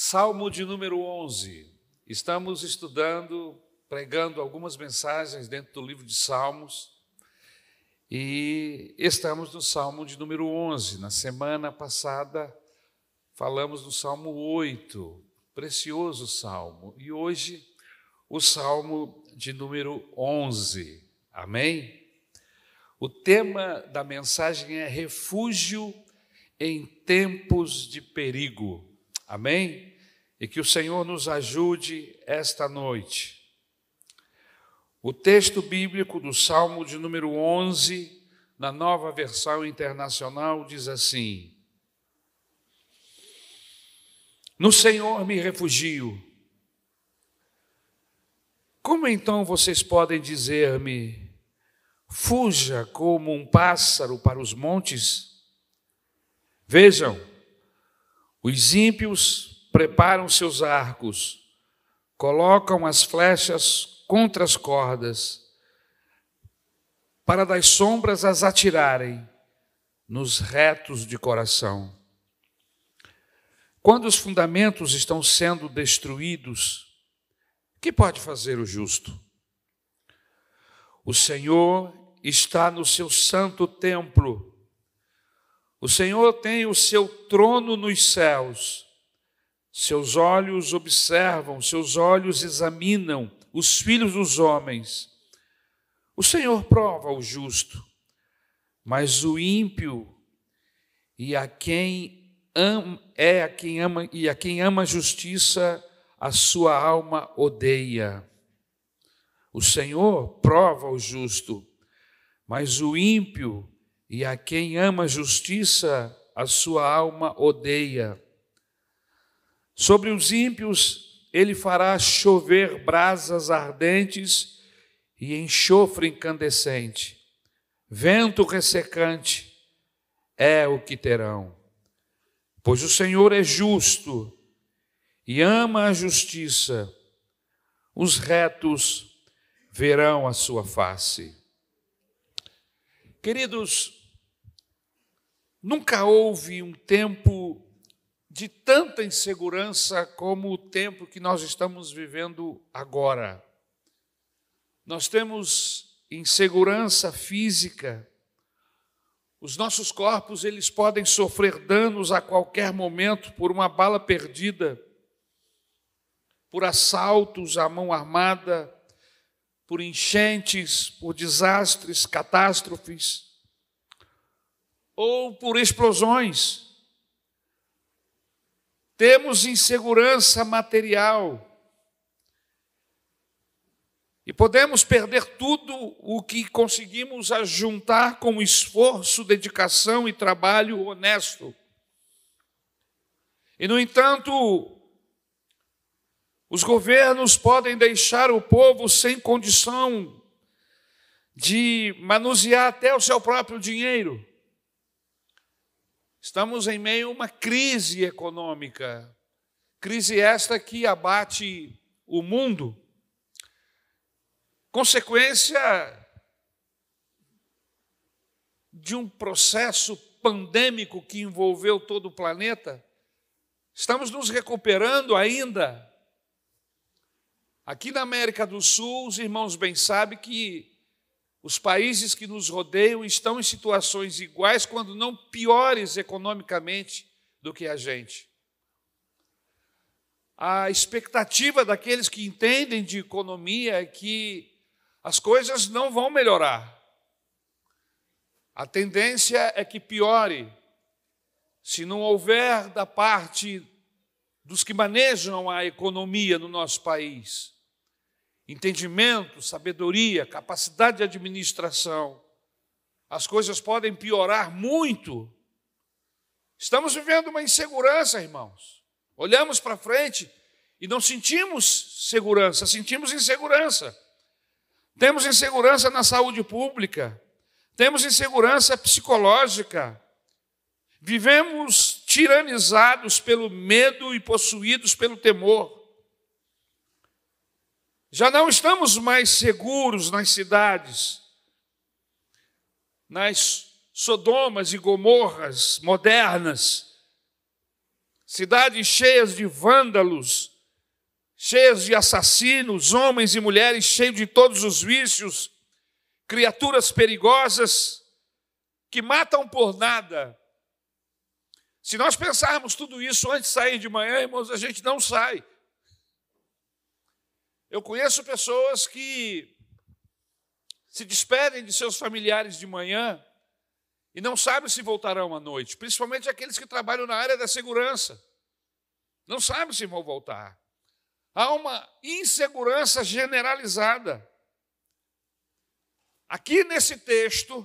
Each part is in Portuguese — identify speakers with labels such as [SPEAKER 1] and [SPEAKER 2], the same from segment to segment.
[SPEAKER 1] Salmo de número 11. Estamos estudando, pregando algumas mensagens dentro do livro de Salmos e estamos no Salmo de número 11. Na semana passada falamos do Salmo 8, precioso Salmo, e hoje o Salmo de número 11. Amém? O tema da mensagem é refúgio em tempos de perigo. Amém? E que o Senhor nos ajude esta noite. O texto bíblico do Salmo de número 11, na Nova Versão Internacional, diz assim: No Senhor me refugio. Como então vocês podem dizer-me, fuja como um pássaro para os montes? Vejam, os ímpios preparam seus arcos, colocam as flechas contra as cordas, para das sombras as atirarem nos retos de coração. Quando os fundamentos estão sendo destruídos, o que pode fazer o justo? O Senhor está no seu santo templo. O Senhor tem o seu trono nos céus. Seus olhos observam, seus olhos examinam os filhos dos homens. O Senhor prova o justo, mas o ímpio e a quem ama a justiça, a sua alma odeia. O Senhor prova o justo, mas o ímpio e a quem ama a justiça, a sua alma odeia. Sobre os ímpios ele fará chover brasas ardentes e enxofre incandescente. Vento ressecante é o que terão. Pois o Senhor é justo e ama a justiça. Os retos verão a sua face. Queridos, nunca houve um tempo de tanta insegurança como o tempo que nós estamos vivendo agora. Nós temos insegurança física. Os nossos corpos, eles podem sofrer danos a qualquer momento por uma bala perdida, por assaltos à mão armada, por enchentes, por desastres, catástrofes, ou por explosões. Temos insegurança material e podemos perder tudo o que conseguimos ajuntar com esforço, dedicação e trabalho honesto. E, no entanto, os governos podem deixar o povo sem condição de manusear até o seu próprio dinheiro. Estamos em meio a uma crise econômica, crise esta que abate o mundo, consequência de um processo pandêmico que envolveu todo o planeta. Estamos nos recuperando ainda. Aqui na América do Sul, os irmãos bem sabem que os países que nos rodeiam estão em situações iguais, quando não piores economicamente do que a gente. A expectativa daqueles que entendem de economia é que as coisas não vão melhorar. A tendência é que piore, se não houver da parte dos que manejam a economia no nosso país entendimento, sabedoria, capacidade de administração. As coisas podem piorar muito. Estamos vivendo uma insegurança, irmãos. Olhamos para frente e não sentimos segurança, sentimos insegurança. Temos insegurança na saúde pública, temos insegurança psicológica. Vivemos tiranizados pelo medo e possuídos pelo temor. Já não estamos mais seguros nas cidades, nas Sodomas e Gomorras modernas. cidades cheias de vândalos, cheias de assassinos, homens e mulheres cheios de todos os vícios, criaturas perigosas que matam por nada. Se nós pensarmos tudo isso antes de sair de manhã, irmãos, a gente não sai. Eu conheço pessoas que se despedem de seus familiares de manhã e não sabem se voltarão à noite, principalmente aqueles que trabalham na área da segurança. Não sabem se vão voltar. Há uma insegurança generalizada. Aqui nesse texto,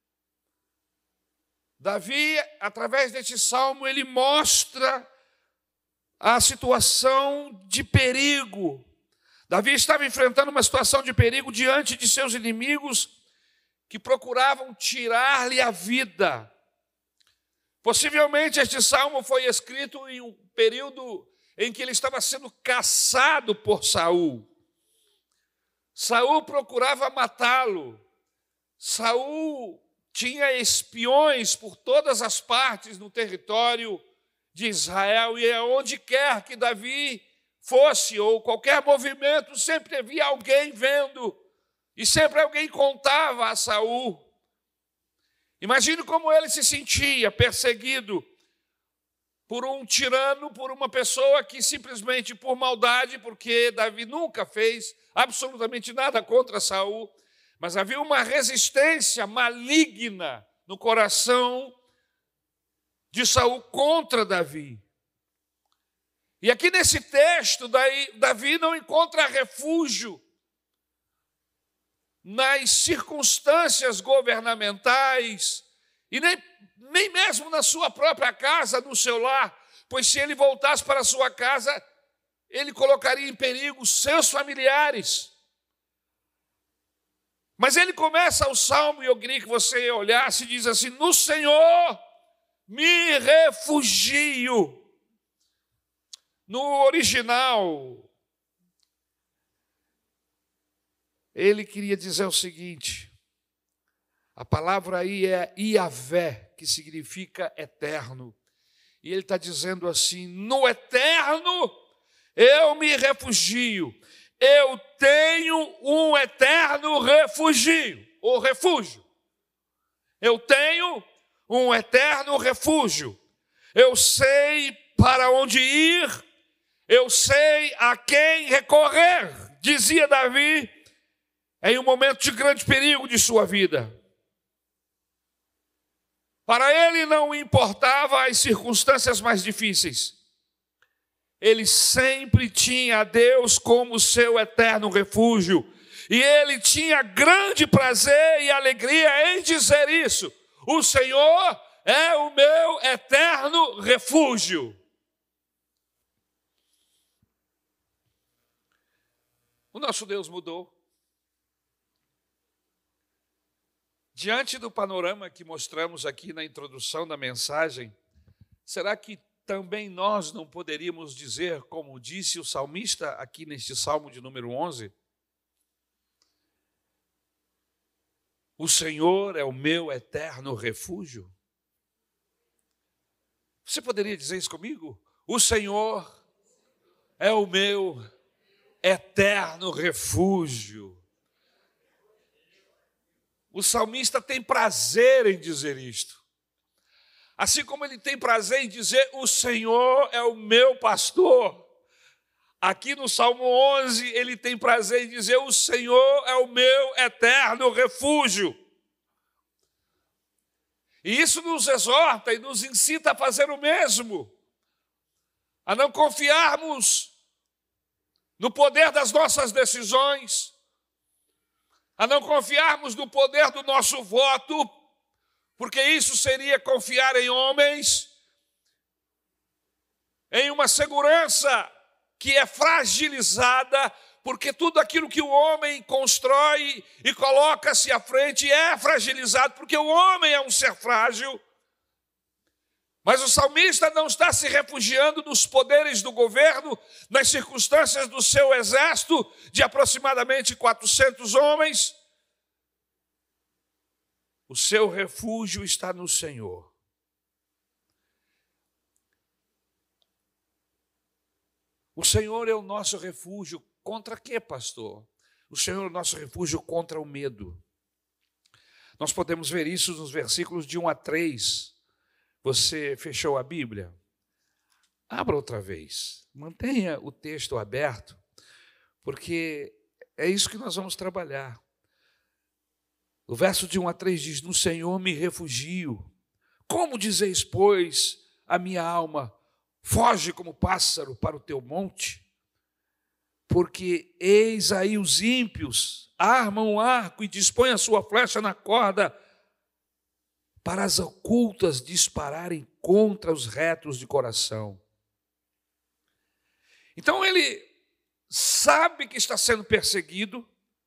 [SPEAKER 1] Davi, através deste salmo, ele mostra a situação de perigo. Davi estava enfrentando uma situação de perigo diante de seus inimigos que procuravam tirar-lhe a vida. Possivelmente este salmo foi escrito em um período em que ele estava sendo caçado por Saul. Saul procurava matá-lo. Saul tinha espiões por todas as partes no território de Israel, e aonde quer que Davi fosse, ou qualquer movimento, sempre havia alguém vendo, e sempre alguém contava a Saul. Imagine como ele se sentia, perseguido por um tirano, por uma pessoa que simplesmente por maldade, porque Davi nunca fez absolutamente nada contra Saul, mas havia uma resistência maligna no coração de Saul contra Davi. E aqui nesse texto, Davi não encontra refúgio nas circunstâncias governamentais e nem mesmo na sua própria casa, no seu lar, pois se ele voltasse para a sua casa, ele colocaria em perigo seus familiares. Mas ele começa o salmo, e eu queria que você olhasse e diz assim: no Senhor me refugio. No original, ele queria dizer o seguinte, a palavra aí é Iavé, que significa eterno. E ele está dizendo assim: no eterno eu me refugio. Eu tenho um eterno refúgio, ou refúgio. Eu tenho um eterno refúgio. Eu sei para onde ir, eu sei a quem recorrer, dizia Davi, em um momento de grande perigo de sua vida. Para ele não importava as circunstâncias mais difíceis. Ele sempre tinha a Deus como seu eterno refúgio. E ele tinha grande prazer e alegria em dizer isso: o Senhor é o meu eterno refúgio. O nosso Deus mudou. Diante do panorama que mostramos aqui na introdução da mensagem, será que também nós não poderíamos dizer, como disse o salmista aqui neste salmo de número 11? O Senhor é o meu eterno refúgio. Você poderia dizer isso comigo? O Senhor é o meu eterno refúgio. O salmista tem prazer em dizer isto. Assim como ele tem prazer em dizer: o Senhor é o meu pastor. Aqui no Salmo 11, ele tem prazer em dizer: o Senhor é o meu eterno refúgio. E isso nos exorta e nos incita a fazer o mesmo, a não confiarmos no poder das nossas decisões, a não confiarmos no poder do nosso voto, porque isso seria confiar em homens, em uma segurança que é fragilizada, porque tudo aquilo que o homem constrói e coloca-se à frente é fragilizado, porque o homem é um ser frágil. Mas o salmista não está se refugiando nos poderes do governo, nas circunstâncias do seu exército, de aproximadamente 400 homens. O seu refúgio está no Senhor. O Senhor é o nosso refúgio. Contra quê, pastor? O Senhor é o nosso refúgio contra o medo. Nós podemos ver isso nos versículos de 1 a 3. Você fechou a Bíblia? Abra outra vez. Mantenha o texto aberto, porque é isso que nós vamos trabalhar. O verso de 1 a 3 diz: no Senhor me refugio. Como dizeis, pois, a minha alma, foge como pássaro para o teu monte? Porque eis aí os ímpios armam o arco e dispõem a sua flecha na corda para as ocultas dispararem contra os retos de coração. Então ele sabe que está sendo perseguido,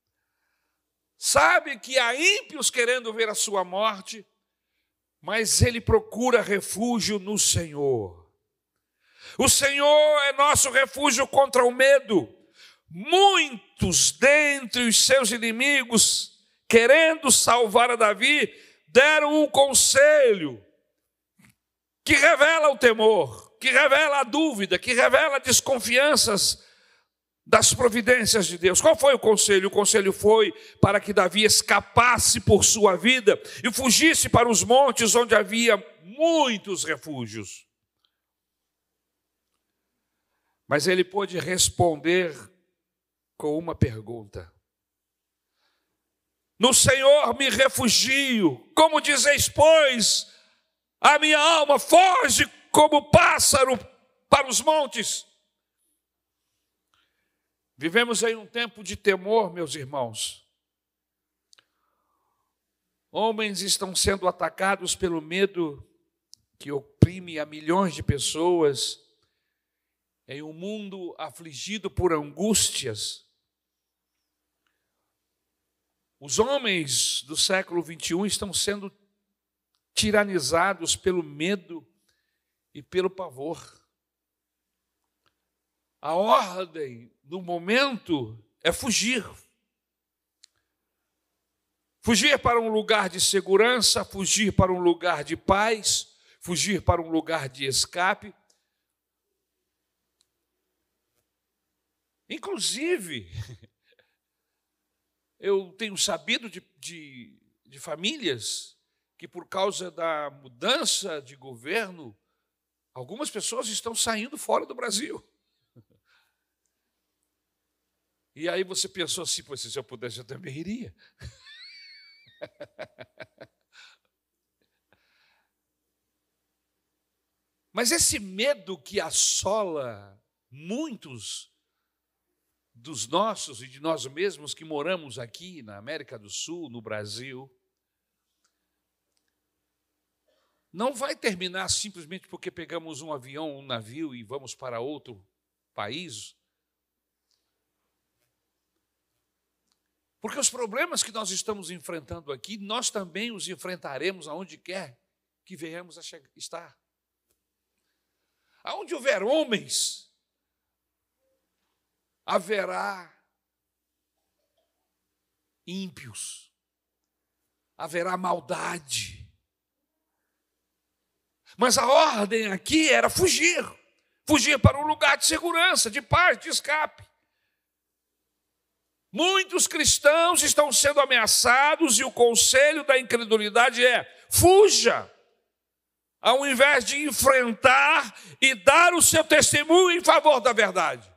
[SPEAKER 1] sabe que há ímpios querendo ver a sua morte, mas ele procura refúgio no Senhor. O Senhor é nosso refúgio contra o medo. Muitos dentre os seus inimigos, querendo salvar a Davi, deram um conselho que revela o temor, que revela a dúvida, que revela desconfianças das providências de Deus. Qual foi o conselho? O conselho foi para que Davi escapasse por sua vida e fugisse para os montes onde havia muitos refúgios. Mas ele pôde responder com uma pergunta: no Senhor me refugio. Como dizeis, pois, a minha alma foge como pássaro para os montes? Vivemos em um tempo de temor, meus irmãos. Homens estão sendo atacados pelo medo que oprime a milhões de pessoas em um mundo afligido por angústias. Os homens do século 21 estão sendo tiranizados pelo medo e pelo pavor. A ordem do momento é fugir. Fugir para um lugar de segurança, fugir para um lugar de paz, fugir para um lugar de escape. Inclusive, eu tenho sabido de famílias que, por causa da mudança de governo, algumas pessoas estão saindo fora do Brasil. E aí você pensou assim: pois, se eu pudesse, eu também iria. Mas esse medo que assola muitos dos nossos e de nós mesmos que moramos aqui na América do Sul, no Brasil, não vai terminar simplesmente porque pegamos um avião, um navio e vamos para outro país. Porque os problemas que nós estamos enfrentando aqui, nós também os enfrentaremos aonde quer que venhamos a estar. Aonde houver homens, haverá ímpios, haverá maldade. Mas a ordem aqui era fugir para um lugar de segurança, de paz, de escape. Muitos cristãos estão sendo ameaçados e o conselho da incredulidade é: fuja, ao invés de enfrentar e dar o seu testemunho em favor da verdade.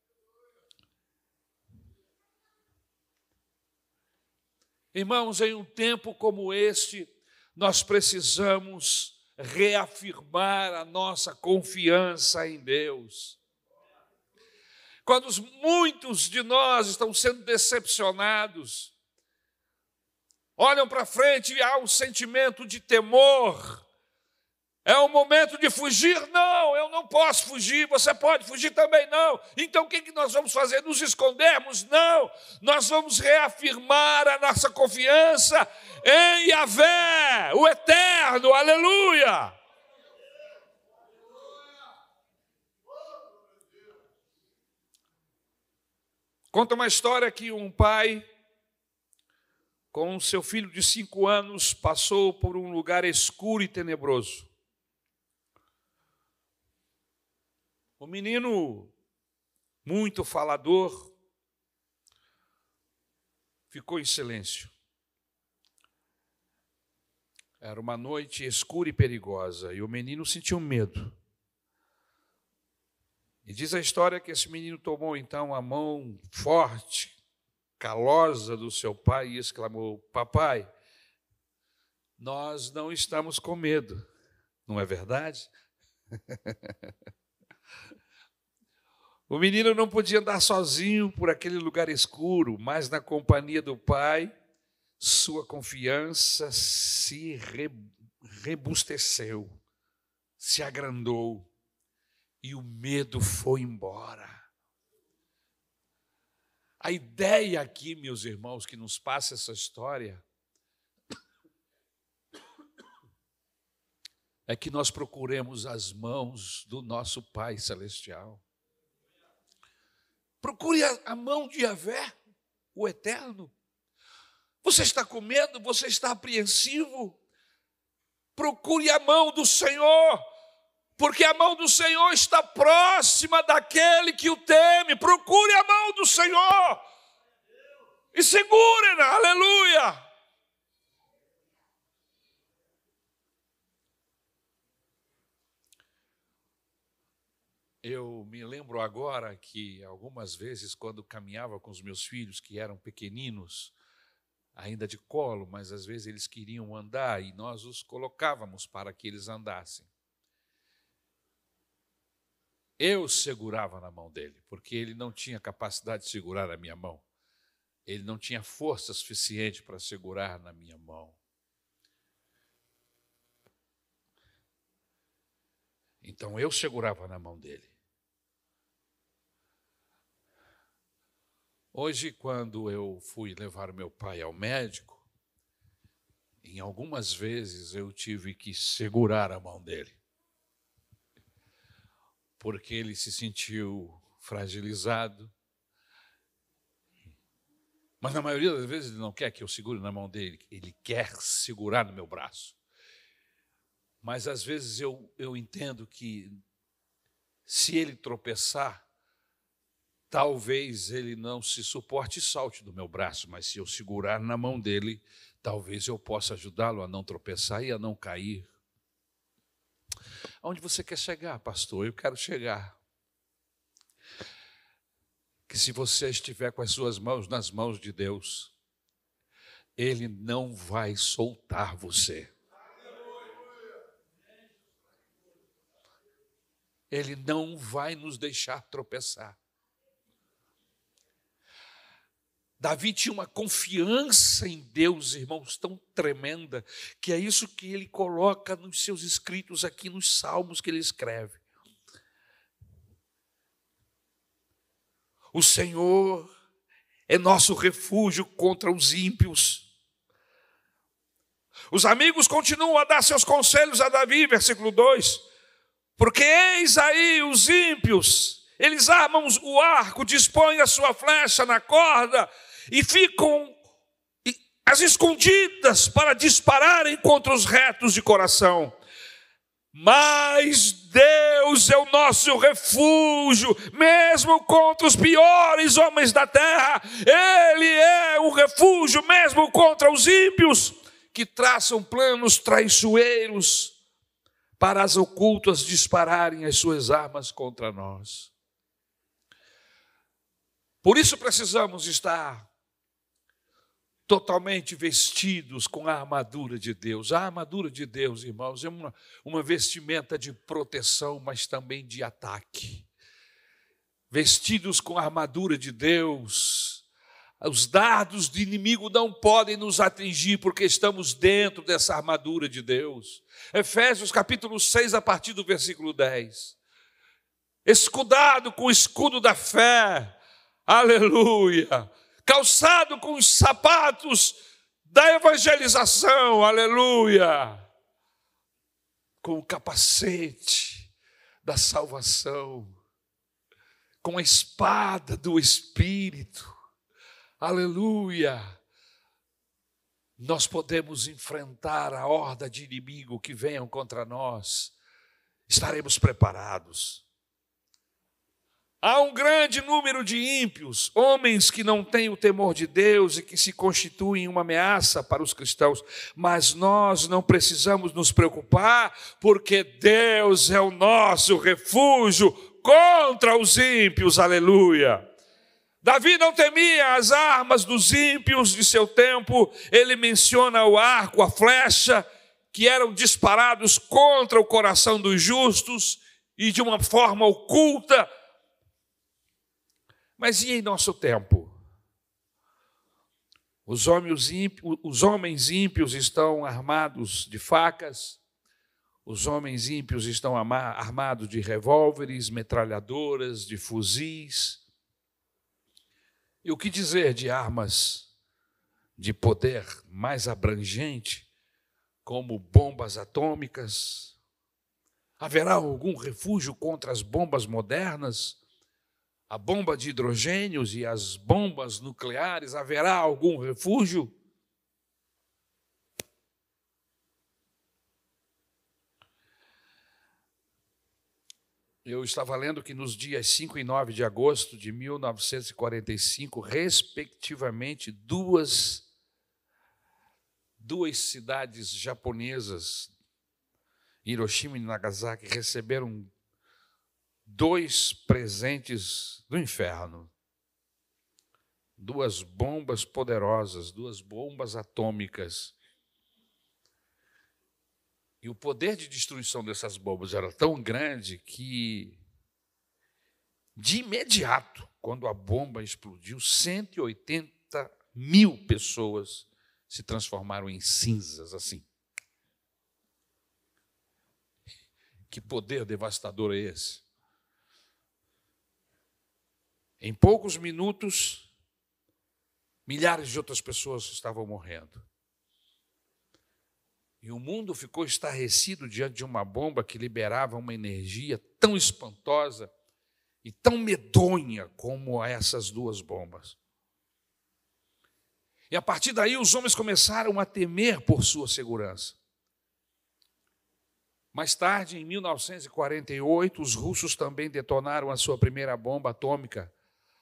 [SPEAKER 1] Irmãos, em um tempo como este, nós precisamos reafirmar a nossa confiança em Deus. Quando muitos de nós estão sendo decepcionados, olham para frente e há um sentimento de temor, é o momento de fugir? Não, eu não posso fugir, você pode fugir também? Não. Então o que nós vamos fazer? Nos escondermos? Não, nós vamos reafirmar a nossa confiança em Yahvé, o Eterno, aleluia! Conta uma história que um pai, com seu filho de 5 anos, passou por um lugar escuro e tenebroso. O menino muito falador, ficou em silêncio. Era uma noite escura e perigosa, e o menino sentiu medo. E diz a história que esse menino tomou então a mão forte, calosa do seu pai e exclamou: papai, nós não estamos com medo, não é verdade? O menino não podia andar sozinho por aquele lugar escuro, mas na companhia do pai, sua confiança se rebusteceu, se agrandou e o medo foi embora. A ideia aqui, meus irmãos, que nos passa essa história, é que nós procuremos as mãos do nosso Pai Celestial. Procure a mão de Yahvé, o Eterno. Você está com medo? Você está apreensivo? Procure a mão do Senhor, porque a mão do Senhor está próxima daquele que o teme. Procure a mão do Senhor e segure-na, aleluia. Eu me lembro agora que algumas vezes, quando caminhava com os meus filhos, que eram pequeninos, ainda de colo, mas às vezes eles queriam andar e nós os colocávamos para que eles andassem. Eu segurava na mão dele, porque ele não tinha capacidade de segurar a minha mão. Ele não tinha força suficiente para segurar na minha mão. Então eu segurava na mão dele. Hoje, quando eu fui levar o meu pai ao médico, em algumas vezes eu tive que segurar a mão dele, porque ele se sentiu fragilizado. Mas na maioria das vezes ele não quer que eu segure na mão dele, ele quer segurar no meu braço. Mas às vezes eu entendo que se ele tropeçar, talvez ele não se suporte e salte do meu braço, mas se eu segurar na mão dele, talvez eu possa ajudá-lo a não tropeçar e a não cair. Aonde você quer chegar, pastor? Eu quero chegar. Que se você estiver com as suas mãos nas mãos de Deus, Ele não vai soltar você. Ele não vai nos deixar tropeçar. Davi tinha uma confiança em Deus, irmãos, tão tremenda, que é isso que ele coloca nos seus escritos aqui, nos salmos que ele escreve. O Senhor é nosso refúgio contra os ímpios. Os amigos continuam a dar seus conselhos a Davi, versículo 2. Porque eis aí os ímpios, eles armam o arco, dispõem a sua flecha na corda e ficam às escondidas para dispararem contra os retos de coração. Mas Deus é o nosso refúgio, mesmo contra os piores homens da terra. Ele é o refúgio mesmo contra os ímpios, que traçam planos traiçoeiros para as ocultas dispararem as suas armas contra nós. Por isso precisamos estar totalmente vestidos com a armadura de Deus. A armadura de Deus, irmãos, é uma vestimenta de proteção, mas também de ataque. Vestidos com a armadura de Deus, os dardos do inimigo não podem nos atingir, porque estamos dentro dessa armadura de Deus. Efésios capítulo 6, a partir do versículo 10. Escudado com o escudo da fé, aleluia. Calçado com os sapatos da evangelização, aleluia. Com o capacete da salvação, com a espada do Espírito, aleluia. Nós podemos enfrentar a horda de inimigo que venham contra nós. Estaremos preparados. Há um grande número de ímpios, homens que não têm o temor de Deus e que se constituem uma ameaça para os cristãos, mas nós não precisamos nos preocupar, porque Deus é o nosso refúgio contra os ímpios, aleluia. Davi não temia as armas dos ímpios de seu tempo, ele menciona o arco, a flecha, que eram disparados contra o coração dos justos e de uma forma oculta. Mas e em nosso tempo? Os homens ímpios estão armados de facas, os homens ímpios estão armados de revólveres, metralhadoras, de fuzis. E o que dizer de armas de poder mais abrangente, como bombas atômicas? Haverá algum refúgio contra as bombas modernas? A bomba de hidrogênios e as bombas nucleares, haverá algum refúgio? Eu estava lendo que nos dias 5 e 9 de agosto de 1945, respectivamente, duas cidades japonesas, Hiroshima e Nagasaki, receberam 2 presentes do inferno. 2 bombas poderosas, 2 bombas atômicas. E o poder de destruição dessas bombas era tão grande que, de imediato, quando a bomba explodiu, 180 mil pessoas se transformaram em cinzas, assim. Que poder devastador é esse? Em poucos minutos, milhares de outras pessoas estavam morrendo. E o mundo ficou estarrecido diante de uma bomba que liberava uma energia tão espantosa e tão medonha como essas 2 bombas. E a partir daí os homens começaram a temer por sua segurança. Mais tarde, em 1948, os russos também detonaram a sua primeira bomba atômica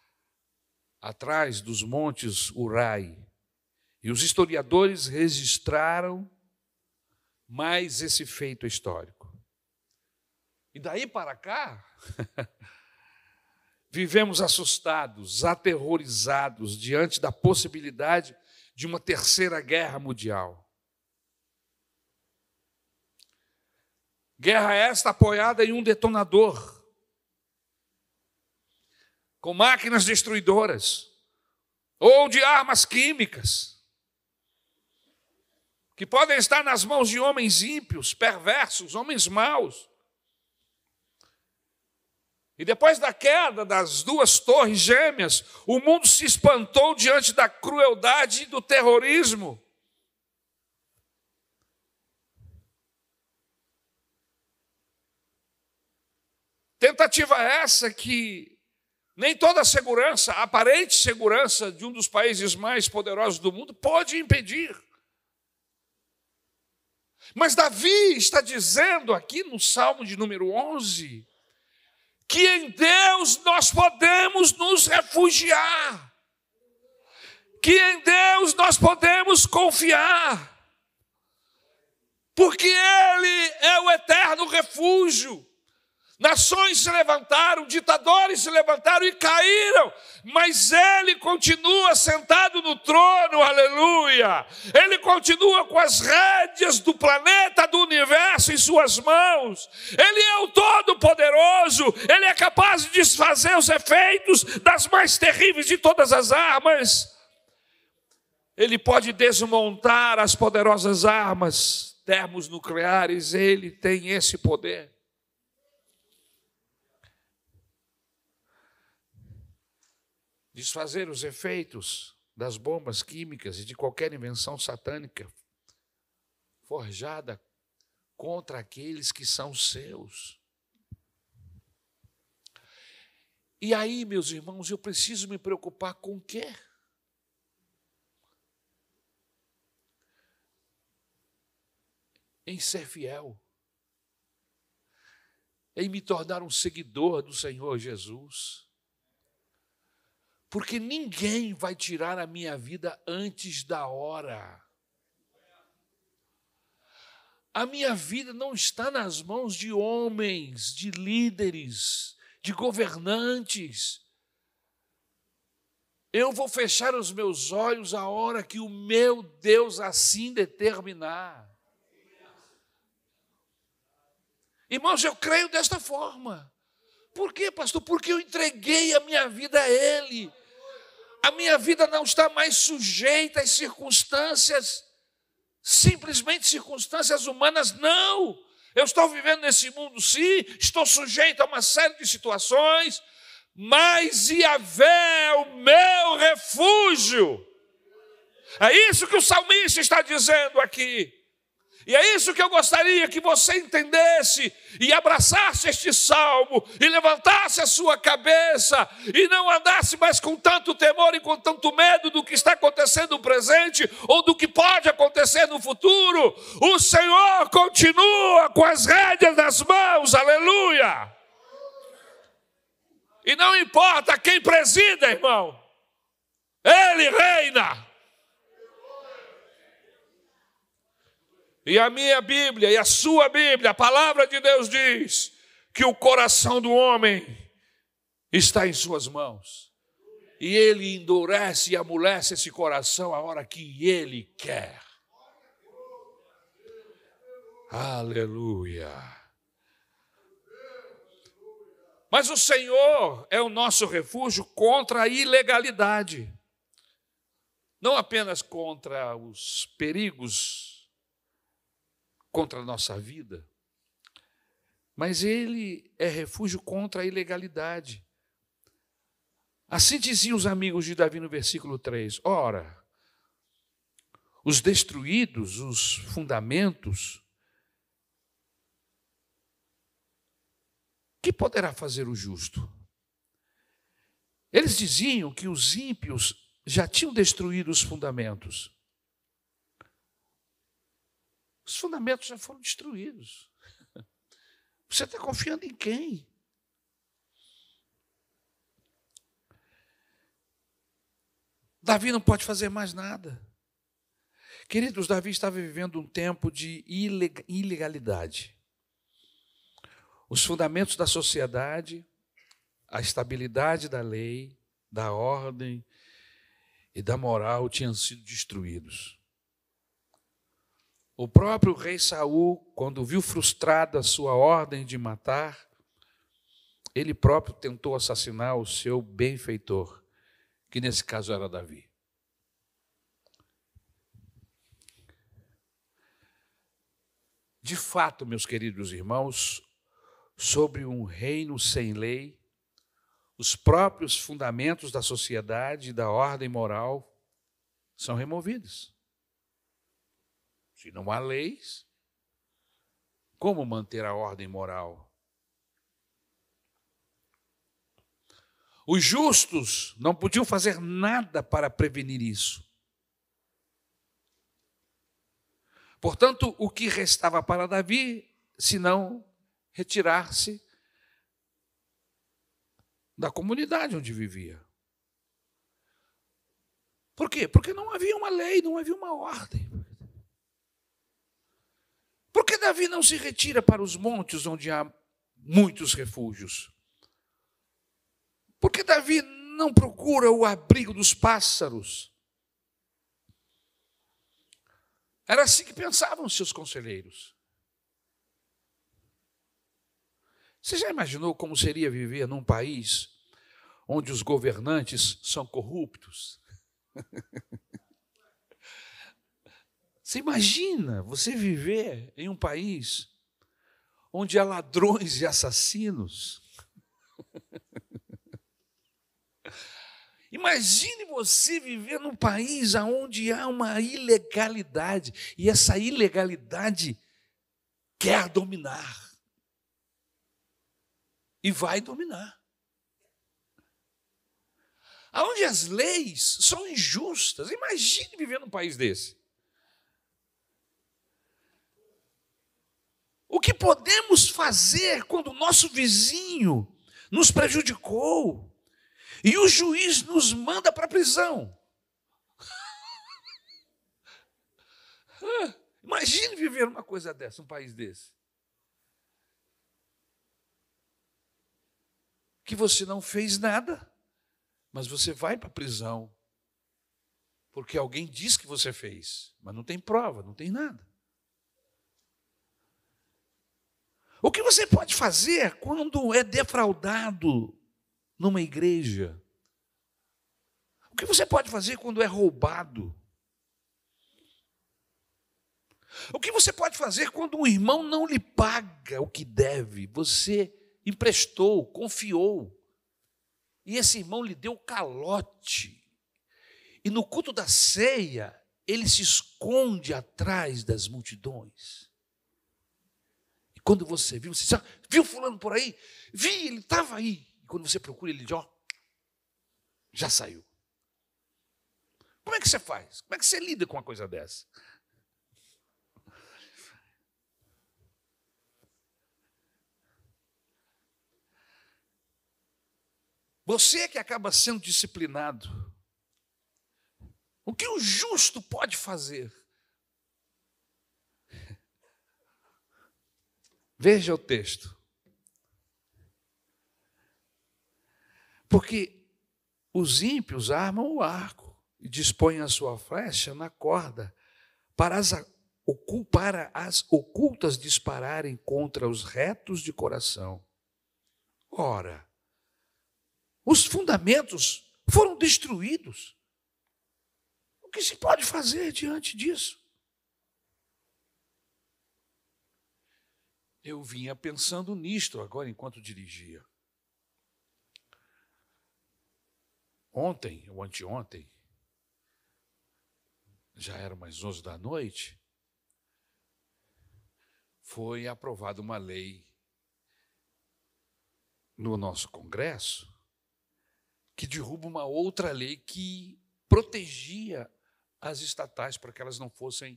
[SPEAKER 1] atrás dos montes Urai. E os historiadores registraram mais esse feito histórico. E daí para cá, vivemos assustados, aterrorizados diante da possibilidade de uma terceira guerra mundial. Guerra esta apoiada em um detonador, com máquinas destruidoras, ou de armas químicas, que podem estar nas mãos de homens ímpios, perversos, homens maus. E depois da queda das 2 torres gêmeas, o mundo se espantou diante da crueldade e do terrorismo. Tentativa essa que nem toda a segurança, a aparente segurança de um dos países mais poderosos do mundo pode impedir. Mas Davi está dizendo aqui no Salmo de número 11, que em Deus nós podemos nos refugiar, que em Deus nós podemos confiar, porque Ele é o eterno refúgio. Nações se levantaram, ditadores se levantaram e caíram, mas Ele continua sentado no trono, aleluia. Ele continua com as rédeas do planeta, do universo em suas mãos. Ele é o Todo-Poderoso, Ele é capaz de desfazer os efeitos das mais terríveis de todas as armas. Ele pode desmontar as poderosas armas termonucleares, Ele tem esse poder. Desfazer os efeitos das bombas químicas e de qualquer invenção satânica forjada contra aqueles que são seus. E aí, meus irmãos, eu preciso me preocupar com o quê? Em ser fiel, em me tornar um seguidor do Senhor Jesus. porque ninguém vai tirar a minha vida antes da hora. A minha vida não está nas mãos de homens, de líderes, de governantes. Eu vou fechar os meus olhos a hora que o meu Deus assim determinar. Irmãos, eu creio desta forma. Por quê, pastor? Porque eu entreguei a minha vida a Ele. A minha vida não está mais sujeita às circunstâncias, simplesmente circunstâncias humanas, não. Eu estou vivendo nesse mundo, sim, estou sujeito a uma série de situações, mas Yahvé é o meu refúgio. É isso que o salmista está dizendo aqui. E é isso que eu gostaria que você entendesse e abraçasse este salmo e levantasse a sua cabeça e não andasse mais com tanto temor e com tanto medo do que está acontecendo no presente ou do que pode acontecer no futuro. O Senhor continua com as rédeas nas mãos, aleluia! E não importa quem presida, irmão, Ele reina. E a minha Bíblia e a sua Bíblia, a palavra de Deus diz que o coração do homem está em suas mãos. E Ele endurece e amolece esse coração a hora que Ele quer. Aleluia. Mas o Senhor é o nosso refúgio contra a ilegalidade. Não apenas contra os perigos contra a nossa vida, mas Ele é refúgio contra a ilegalidade. Assim diziam os amigos de Davi no versículo 3. Ora, os destruídos, os fundamentos, que poderá fazer o justo? Eles diziam que os ímpios já tinham destruído os fundamentos. Os fundamentos já foram destruídos. Você está confiando em quem? Davi não pode fazer mais nada. Queridos, Davi estava vivendo um tempo de ilegalidade. Os fundamentos da sociedade, a estabilidade da lei, da ordem e da moral tinham sido destruídos. O próprio rei Saul, quando viu frustrada a sua ordem de matar, ele próprio tentou assassinar o seu benfeitor, que nesse caso era Davi. De fato, meus queridos irmãos, sobre um reino sem lei, os próprios fundamentos da sociedade e da ordem moral são removidos. Se não há leis, como manter a ordem moral? Os justos não podiam fazer nada para prevenir isso. Portanto, o que restava para Davi, senão retirar-se da comunidade onde vivia. Por quê? Porque não havia uma lei, não havia uma ordem. Por que Davi não se retira para os montes onde há muitos refúgios? Por que Davi não procura o abrigo dos pássaros? Era assim que pensavam seus conselheiros. Você já imaginou como seria viver num país onde os governantes são corruptos? Você imagina você viver em um país onde há ladrões e assassinos? Imagine você viver num país onde há uma ilegalidade e essa ilegalidade quer dominar e vai dominar. Onde as leis são injustas. Imagine viver num país desse. O que podemos fazer quando o nosso vizinho nos prejudicou? E o juiz nos manda para a prisão. Imagine viver uma coisa dessa, um país desse. Que você não fez nada, mas você vai para a prisão. Porque alguém diz que você fez, mas não tem prova, não tem nada. O que você pode fazer quando é defraudado numa igreja? O que você pode fazer quando é roubado? O que você pode fazer quando um irmão não lhe paga o que deve? Você emprestou, confiou, e esse irmão lhe deu calote. E no culto da ceia, ele se esconde atrás das multidões. E quando você viu, você diz, viu fulano por aí? Vi, ele estava aí. E quando você procura, ele diz, já saiu. Como é que você faz? Como é que você lida com uma coisa dessa? Você que acaba sendo disciplinado. O que o justo pode fazer? Veja o texto. Porque os ímpios armam o arco e dispõem a sua flecha na corda para as ocultas dispararem contra os retos de coração. Ora, os fundamentos foram destruídos. O que se pode fazer diante disso? Eu vinha pensando nisto agora enquanto dirigia. Ontem ou anteontem, já era umas 11 da noite, foi aprovada uma lei no nosso Congresso que derruba uma outra lei que protegia as estatais para que elas não fossem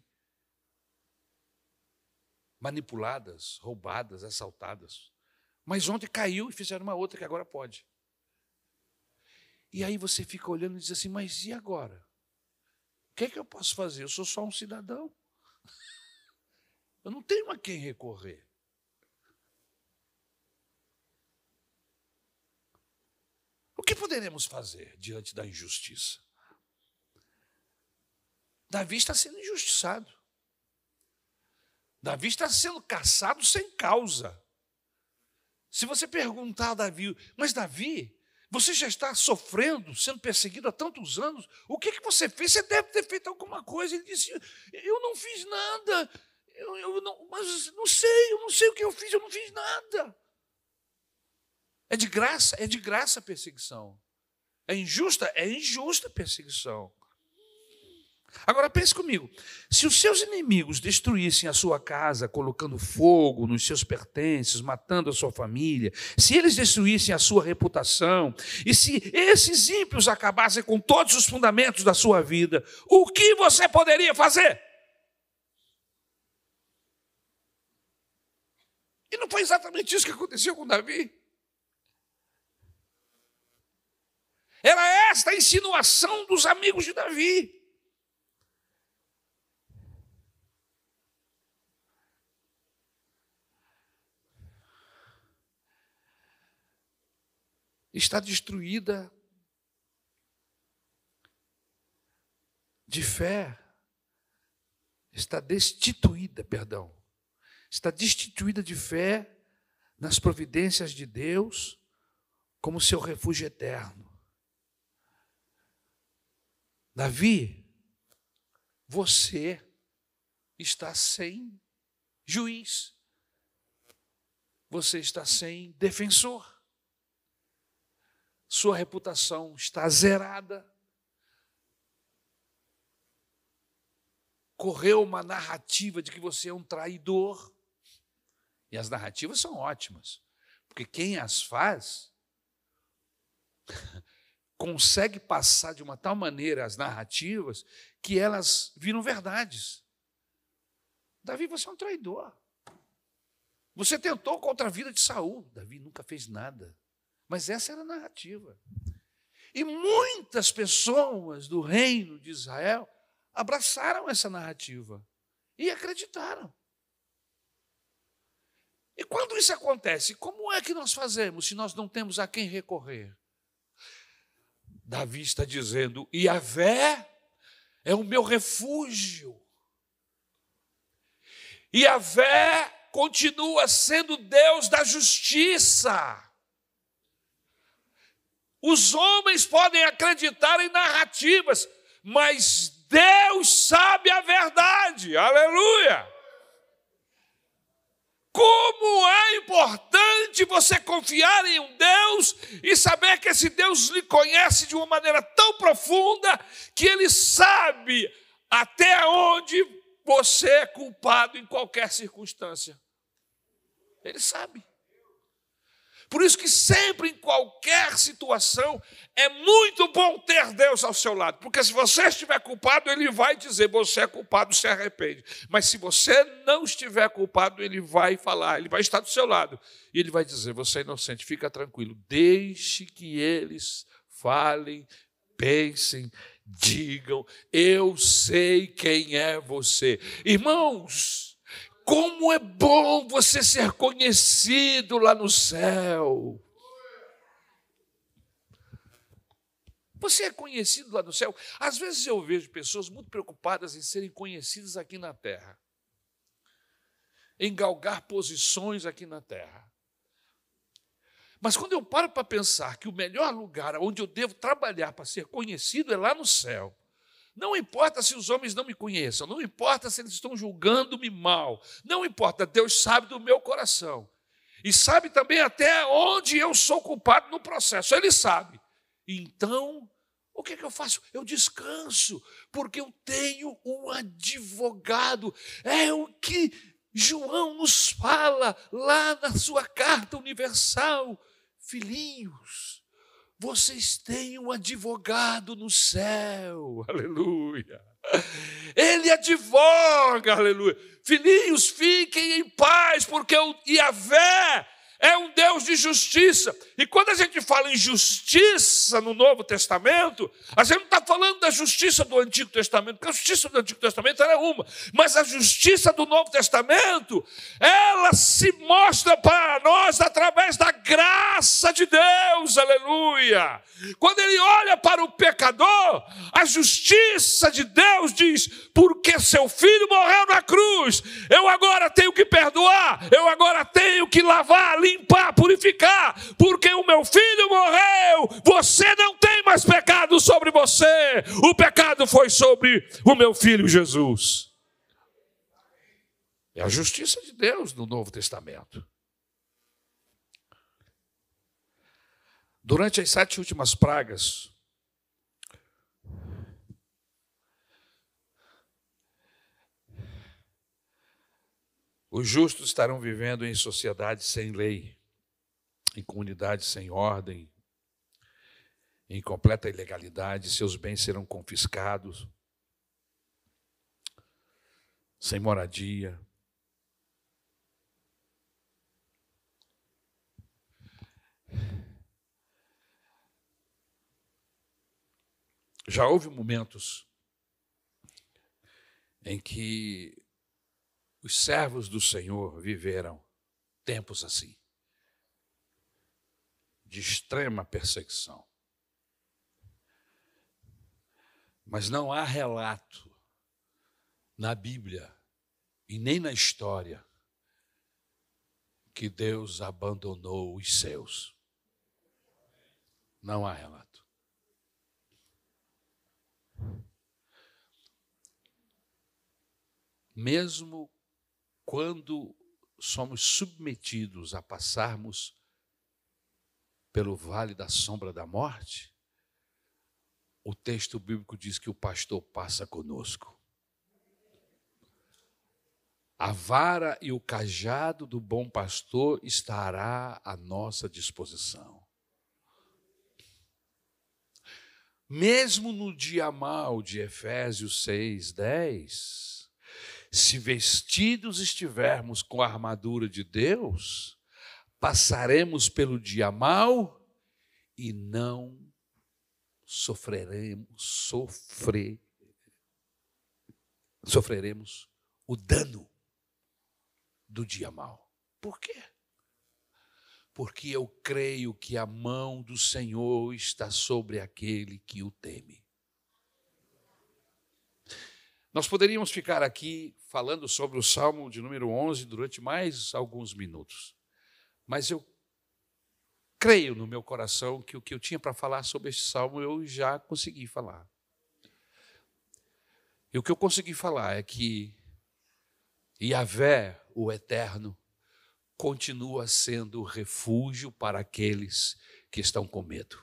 [SPEAKER 1] manipuladas, roubadas, assaltadas. Mas ontem caiu e fizeram uma outra que agora pode. E aí você fica olhando e diz assim, mas e agora? O que é que eu posso fazer? Eu sou só um cidadão. Eu não tenho a quem recorrer. O que poderemos fazer diante da injustiça? Davi está sendo injustiçado. Davi está sendo caçado sem causa. Se você perguntar a Davi, mas Davi, você já está sofrendo, sendo perseguido há tantos anos, o que você fez? Você deve ter feito alguma coisa. Ele disse, eu não fiz nada, eu não sei o que eu fiz, eu não fiz nada. É de graça a perseguição. É injusta a perseguição. Agora pense comigo, se os seus inimigos destruíssem a sua casa, colocando fogo nos seus pertences, matando a sua família, se eles destruíssem a sua reputação, e se esses ímpios acabassem com todos os fundamentos da sua vida, o que você poderia fazer? E não foi exatamente isso que aconteceu com Davi? Era esta a insinuação dos amigos de Davi. Está destruída de fé, está destituída de fé nas providências de Deus como seu refúgio eterno. Davi, você está sem juiz, você está sem defensor. Sua reputação está zerada. Correu uma narrativa de que você é um traidor. E as narrativas são ótimas, porque quem as faz consegue passar de uma tal maneira as narrativas que elas viram verdades. Davi, você é um traidor. Você tentou contra a vida de Saul. Davi nunca fez nada. Mas essa era a narrativa. E muitas pessoas do reino de Israel abraçaram essa narrativa e acreditaram. E quando isso acontece, como é que nós fazemos se nós não temos a quem recorrer? Davi está dizendo: Yahvé é o meu refúgio. Yahvé continua sendo Deus da justiça. Os homens podem acreditar em narrativas, mas Deus sabe a verdade. Aleluia! Como é importante você confiar em um Deus e saber que esse Deus lhe conhece de uma maneira tão profunda que Ele sabe até onde você é culpado em qualquer circunstância. Ele sabe. Por isso que sempre, em qualquer situação, é muito bom ter Deus ao seu lado. Porque se você estiver culpado, Ele vai dizer: você é culpado, se arrepende. Mas se você não estiver culpado, Ele vai falar, Ele vai estar do seu lado. E Ele vai dizer: você é inocente, fica tranquilo. Deixe que eles falem, pensem, digam: eu sei quem é você. Irmãos, como é bom você ser conhecido lá no céu. Você é conhecido lá no céu. Às vezes eu vejo pessoas muito preocupadas em serem conhecidas aqui na terra, em galgar posições aqui na terra. Mas quando eu paro para pensar que o melhor lugar onde eu devo trabalhar para ser conhecido é lá no céu, não importa se os homens não me conheçam, não importa se eles estão julgando-me mal, não importa, Deus sabe do meu coração. E sabe também até onde eu sou culpado no processo, Ele sabe. Então, o que é que eu faço? Eu descanso, porque eu tenho um advogado. É o que João nos fala lá na sua carta universal. Filhinhos, vocês têm um advogado no céu, aleluia. Ele advoga, aleluia. Filhinhos, fiquem em paz, porque o Yahvé é um Deus de justiça. E quando a gente fala em justiça no Novo Testamento, a gente não está falando da justiça do Antigo Testamento, porque a justiça do Antigo Testamento era uma, mas a justiça do Novo Testamento, ela se mostra para nós através da graça de Deus, aleluia. Quando Ele olha para o pecador, a justiça de Deus diz: porque seu filho morreu na cruz, eu agora tenho que perdoar, eu agora tenho que lavar, limpar, purificar, porque o meu filho morreu, você não tem mais pecado sobre você, o pecado foi sobre o meu filho Jesus. É a justiça de Deus no Novo Testamento. Durante as 7 últimas pragas, os justos estarão vivendo em sociedades sem lei, em comunidades sem ordem, em completa ilegalidade, seus bens serão confiscados, sem moradia. Já houve momentos em que os servos do Senhor viveram tempos assim, de extrema perseguição. Mas não há relato na Bíblia e nem na história que Deus abandonou os seus. Não há relato. Mesmo quando somos submetidos a passarmos pelo vale da sombra da morte, o texto bíblico diz que o pastor passa conosco. A vara e o cajado do bom pastor estará à nossa disposição. Mesmo no dia mau de Efésios 6:10, se vestidos estivermos com a armadura de Deus, passaremos pelo dia mau e não sofreremos o dano do dia mau. Por quê? Porque eu creio que a mão do Senhor está sobre aquele que o teme. Nós poderíamos ficar aqui falando sobre o Salmo de número 11 durante mais alguns minutos, mas eu creio no meu coração que o que eu tinha para falar sobre este Salmo eu já consegui falar. E o que eu consegui falar é que Yahvé, o Eterno, continua sendo refúgio para aqueles que estão com medo.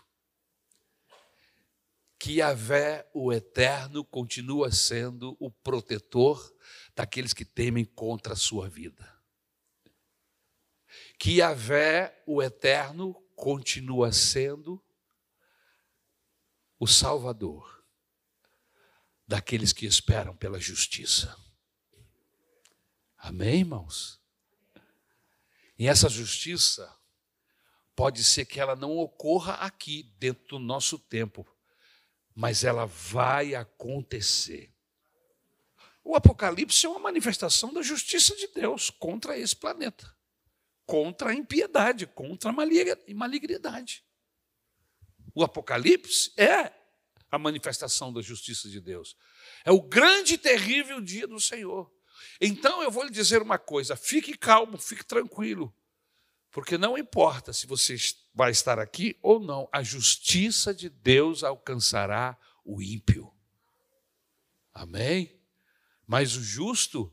[SPEAKER 1] Que Yahvé, o Eterno, continua sendo o protetor daqueles que temem contra a sua vida. Que Yahvé, o Eterno, continua sendo o Salvador daqueles que esperam pela justiça. Amém, irmãos? E essa justiça pode ser que ela não ocorra aqui, dentro do nosso tempo, mas ela vai acontecer. O Apocalipse é uma manifestação da justiça de Deus contra esse planeta, contra a impiedade, contra a malignidade. O Apocalipse é a manifestação da justiça de Deus. É o grande e terrível dia do Senhor. Então eu vou lhe dizer uma coisa, fique calmo, fique tranquilo, porque não importa se você vai estar aqui ou não, a justiça de Deus alcançará o ímpio. Amém? Mas o justo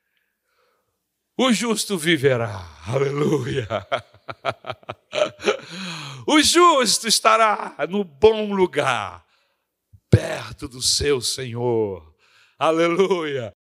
[SPEAKER 1] viverá. Aleluia! O justo estará no bom lugar, perto do seu Senhor. Aleluia!